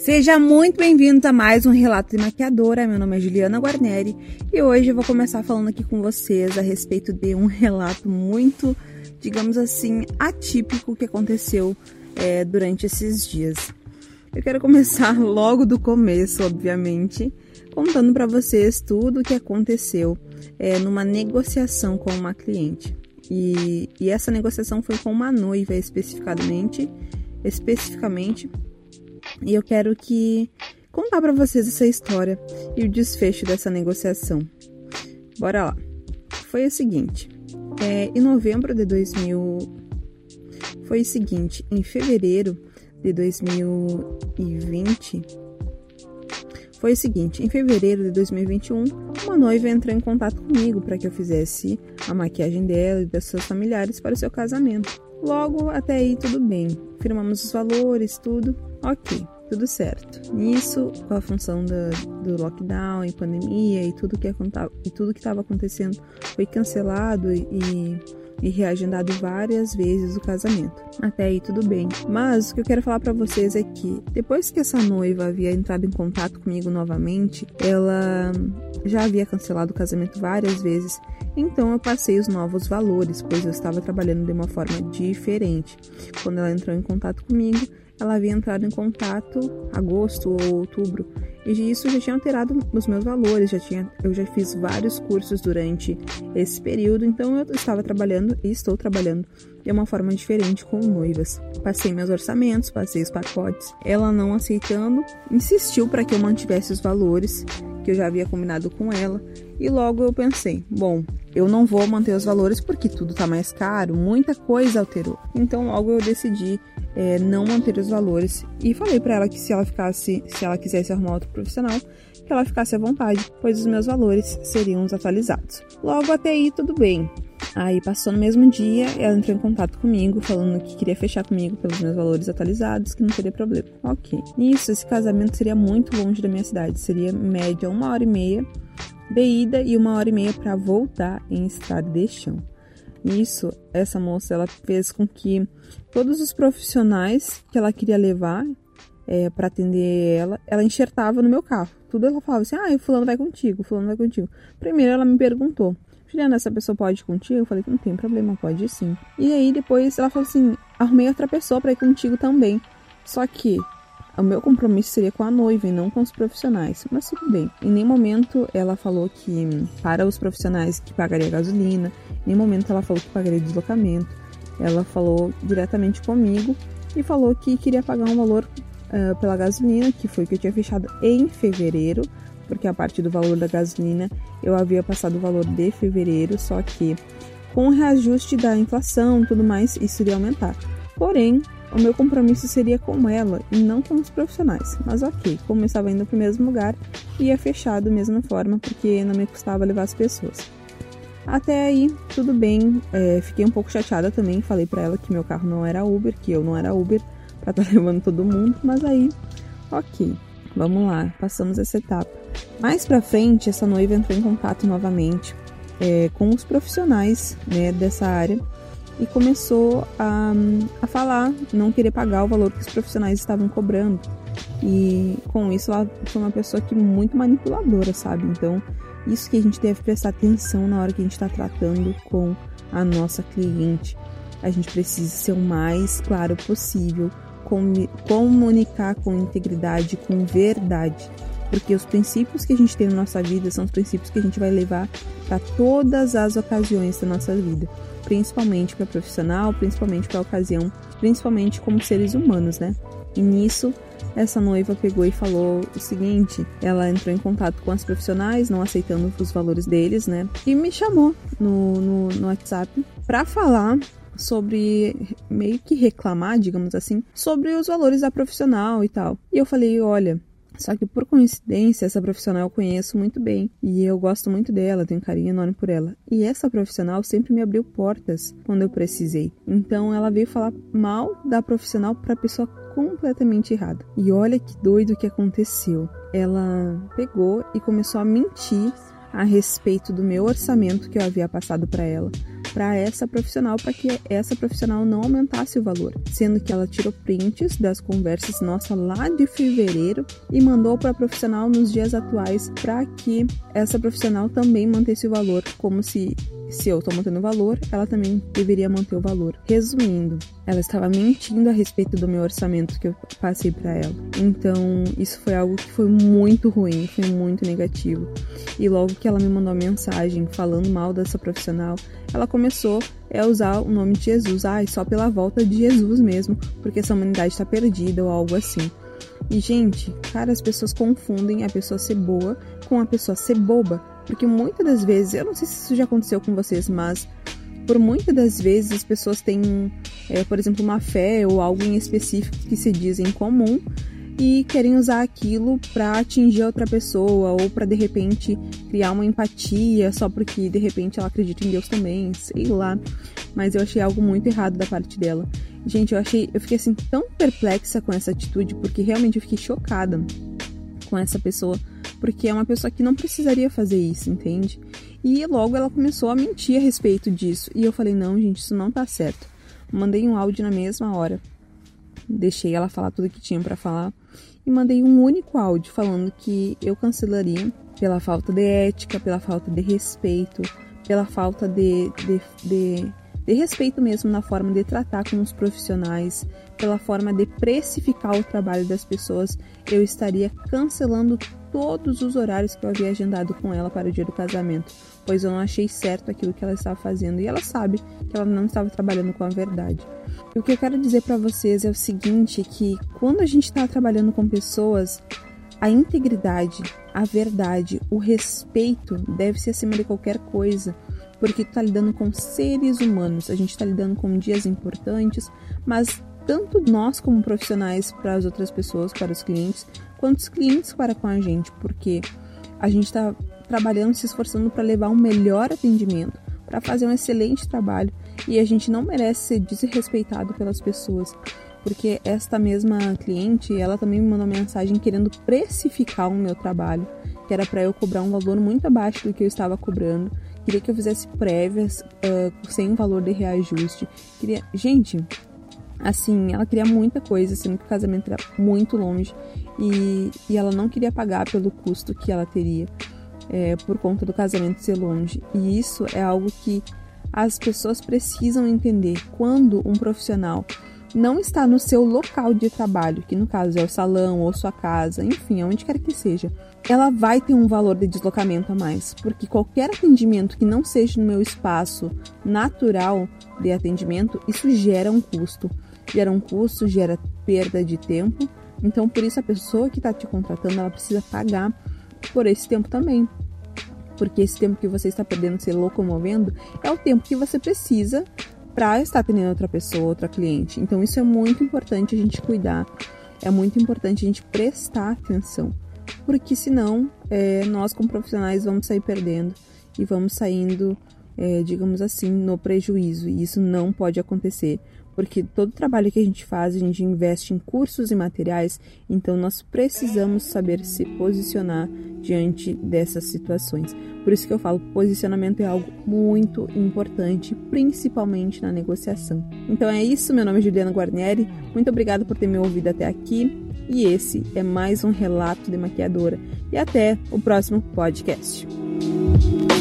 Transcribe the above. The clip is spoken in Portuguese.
Seja muito bem-vindo a mais um Relato de Maquiadora. Meu nome é Juliana Guarneri e hoje eu vou começar falando aqui com vocês a respeito de um relato muito, digamos assim, atípico que aconteceu durante esses dias. Eu quero começar logo do começo, obviamente, contando para vocês tudo o que aconteceu numa negociação com uma cliente. E essa negociação foi com uma noiva especificamente, e eu quero contar para vocês essa história e o desfecho dessa negociação. Bora lá. Foi o seguinte, em fevereiro de 2021, uma noiva entrou em contato comigo para que eu fizesse a maquiagem dela e das seus familiares para o seu casamento. Logo, até aí tudo bem. Firmamos os valores, tudo ok, tudo certo. Nisso, com a função do lockdown e pandemia e tudo que estava acontecendo, foi cancelado e reagendado várias vezes o casamento. Até aí tudo bem. Mas o que eu quero falar para vocês é que depois que essa noiva havia entrado em contato comigo novamente, ela já havia cancelado o casamento várias vezes. Então eu passei os novos valores, pois eu estava trabalhando de uma forma diferente. Quando ela entrou em contato comigo, ela havia entrado em contato em agosto ou outubro, e isso já tinha alterado os meus valores, eu já fiz vários cursos durante esse período, então eu estava trabalhando e estou trabalhando de uma forma diferente com noivas. Passei meus orçamentos, passei os pacotes, ela não aceitando, insistiu para que eu mantivesse os valores que eu já havia combinado com ela, e logo eu pensei, bom, eu não vou manter os valores porque tudo tá mais caro, muita coisa alterou. Então logo eu decidi não manter os valores e falei para ela que se ela quisesse arrumar outro profissional, que ela ficasse à vontade, pois os meus valores seriam os atualizados. Logo até aí tudo bem. Aí passou no mesmo dia, ela entrou em contato comigo, falando que queria fechar comigo pelos meus valores atualizados, que não teria problema. Ok. Nisso, esse casamento seria muito longe da minha cidade, seria em média 1h30 de ida e 1h30 para voltar em estrada de chão. Nisso, essa moça ela fez com que todos os profissionais que ela queria levar para atender ela enxertava no meu carro. Tudo ela falava assim, o fulano vai contigo, fulano vai contigo. Primeiro ela me perguntou, Juliana, essa pessoa pode ir contigo? Eu falei que não tem problema, pode ir sim. E aí depois ela falou assim, arrumei outra pessoa para ir contigo também. Só que o meu compromisso seria com a noiva e não com os profissionais. Mas tudo bem. Em nenhum momento ela falou que para os profissionais que pagaria gasolina. Em nenhum momento ela falou que pagaria deslocamento. Ela falou diretamente comigo e falou que queria pagar um valor pela gasolina, que foi o que eu tinha fechado em fevereiro. Porque a parte do valor da gasolina eu havia passado o valor de fevereiro. Só que com o reajuste da inflação e tudo mais, isso iria aumentar. Porém, o meu compromisso seria com ela e não com os profissionais. Mas ok, como eu estava indo para o mesmo lugar, ia fechar da mesma forma, porque não me custava levar as pessoas. Até aí, tudo bem. Fiquei um pouco chateada também. Falei para ela que meu carro não era Uber, que eu não era Uber para estar levando todo mundo. Mas aí, ok, vamos lá, passamos essa etapa. Mais pra frente, essa noiva entrou em contato novamente com os profissionais, né, dessa área. E começou a falar, não querer pagar o valor que os profissionais estavam cobrando. E com isso ela foi uma pessoa muito manipuladora, sabe? Então, isso que a gente deve prestar atenção na hora que a gente está tratando com a nossa cliente. A gente precisa ser o mais claro possível, comunicar com integridade, com verdade. Porque os princípios que a gente tem na nossa vida são os princípios que a gente vai levar para todas as ocasiões da nossa vida. Principalmente para profissional, principalmente para a ocasião, principalmente como seres humanos, né? E nisso, essa noiva pegou e falou o seguinte, ela entrou em contato com as profissionais, não aceitando os valores deles, né? E me chamou no WhatsApp para falar sobre, meio que reclamar, digamos assim, sobre os valores da profissional e tal. E eu falei, olha, só que por coincidência, essa profissional eu conheço muito bem e eu gosto muito dela, tenho um carinho enorme por ela. E essa profissional sempre me abriu portas quando eu precisei. Então ela veio falar mal da profissional para a pessoa completamente errada. E olha que doido que aconteceu. Ela pegou e começou a mentir a respeito do meu orçamento que eu havia passado para ela para essa profissional, para que essa profissional não aumentasse o valor, sendo que ela tirou prints das conversas nossa lá de fevereiro e mandou para a profissional nos dias atuais para que essa profissional também mantesse o valor, como se eu estou mantendo o valor, ela também deveria manter o valor. Resumindo, ela estava mentindo a respeito do meu orçamento que eu passei para ela. Então, isso foi algo que foi muito ruim, foi muito negativo. E logo que ela me mandou a mensagem falando mal dessa profissional, ela começou a usar o nome de Jesus. Só pela volta de Jesus mesmo, porque essa humanidade está perdida ou algo assim. E, gente, cara, as pessoas confundem a pessoa ser boa com a pessoa ser boba. Porque muitas das vezes, eu não sei se isso já aconteceu com vocês, mas por muitas das vezes as pessoas têm, por exemplo, uma fé ou algo em específico que se diz em comum e querem usar aquilo para atingir outra pessoa ou para, de repente, criar uma empatia só porque, de repente, ela acredita em Deus também, sei lá. Mas eu achei algo muito errado da parte dela. Gente, eu fiquei assim tão perplexa com essa atitude, porque realmente eu fiquei chocada com essa pessoa, porque é uma pessoa que não precisaria fazer isso, entende? E logo ela começou a mentir a respeito disso, e eu falei, não, gente, isso não tá certo. Mandei um áudio na mesma hora, deixei ela falar tudo que tinha pra falar, e mandei um único áudio falando que eu cancelaria pela falta de ética, pela falta de respeito, pela falta de respeito mesmo na forma de tratar com os profissionais, pela forma de precificar o trabalho das pessoas. Eu estaria cancelando todos os horários que eu havia agendado com ela para o dia do casamento, pois eu não achei certo aquilo que ela estava fazendo, e ela sabe que ela não estava trabalhando com a verdade. E o que eu quero dizer para vocês é o seguinte, que quando a gente está trabalhando com pessoas, a integridade, a verdade, o respeito deve ser acima de qualquer coisa, porque tu tá lidando com seres humanos, a gente tá lidando com dias importantes, mas tanto nós como profissionais para as outras pessoas, para os clientes, quanto os clientes para com a gente, porque a gente está trabalhando, se esforçando para levar um melhor atendimento, para fazer um excelente trabalho, e a gente não merece ser desrespeitado pelas pessoas, porque esta mesma cliente, ela também me mandou mensagem querendo precificar o meu trabalho, que era para eu cobrar um valor muito abaixo do que eu estava cobrando, queria que eu fizesse prévias sem um valor de reajuste, gente, assim, ela queria muita coisa, sendo que o casamento era muito longe, e ela não queria pagar pelo custo que ela teria por conta do casamento ser longe, e isso é algo que as pessoas precisam entender. Quando um profissional não está no seu local de trabalho, que no caso é o salão ou sua casa, enfim, aonde quer que seja, ela vai ter um valor de deslocamento a mais, porque qualquer atendimento que não seja no meu espaço natural de atendimento, isso gera um custo, gera perda de tempo. Então, por isso a pessoa que está te contratando, ela precisa pagar por esse tempo também, porque esse tempo que você está perdendo se locomovendo é o tempo que você precisa para estar atendendo outra pessoa, outra cliente. Então isso é muito importante a gente cuidar, é muito importante a gente prestar atenção, porque senão nós como profissionais vamos sair perdendo e vamos saindo, digamos assim, no prejuízo, e isso não pode acontecer, porque todo trabalho que a gente faz, a gente investe em cursos e materiais, então nós precisamos saber se posicionar diante dessas situações. Por isso que eu falo, posicionamento é algo muito importante, principalmente na negociação. Então é isso, meu nome é Juliana Guarnieri, muito obrigada por ter me ouvido até aqui, e esse é mais um Relato de Maquiadora, e até o próximo podcast.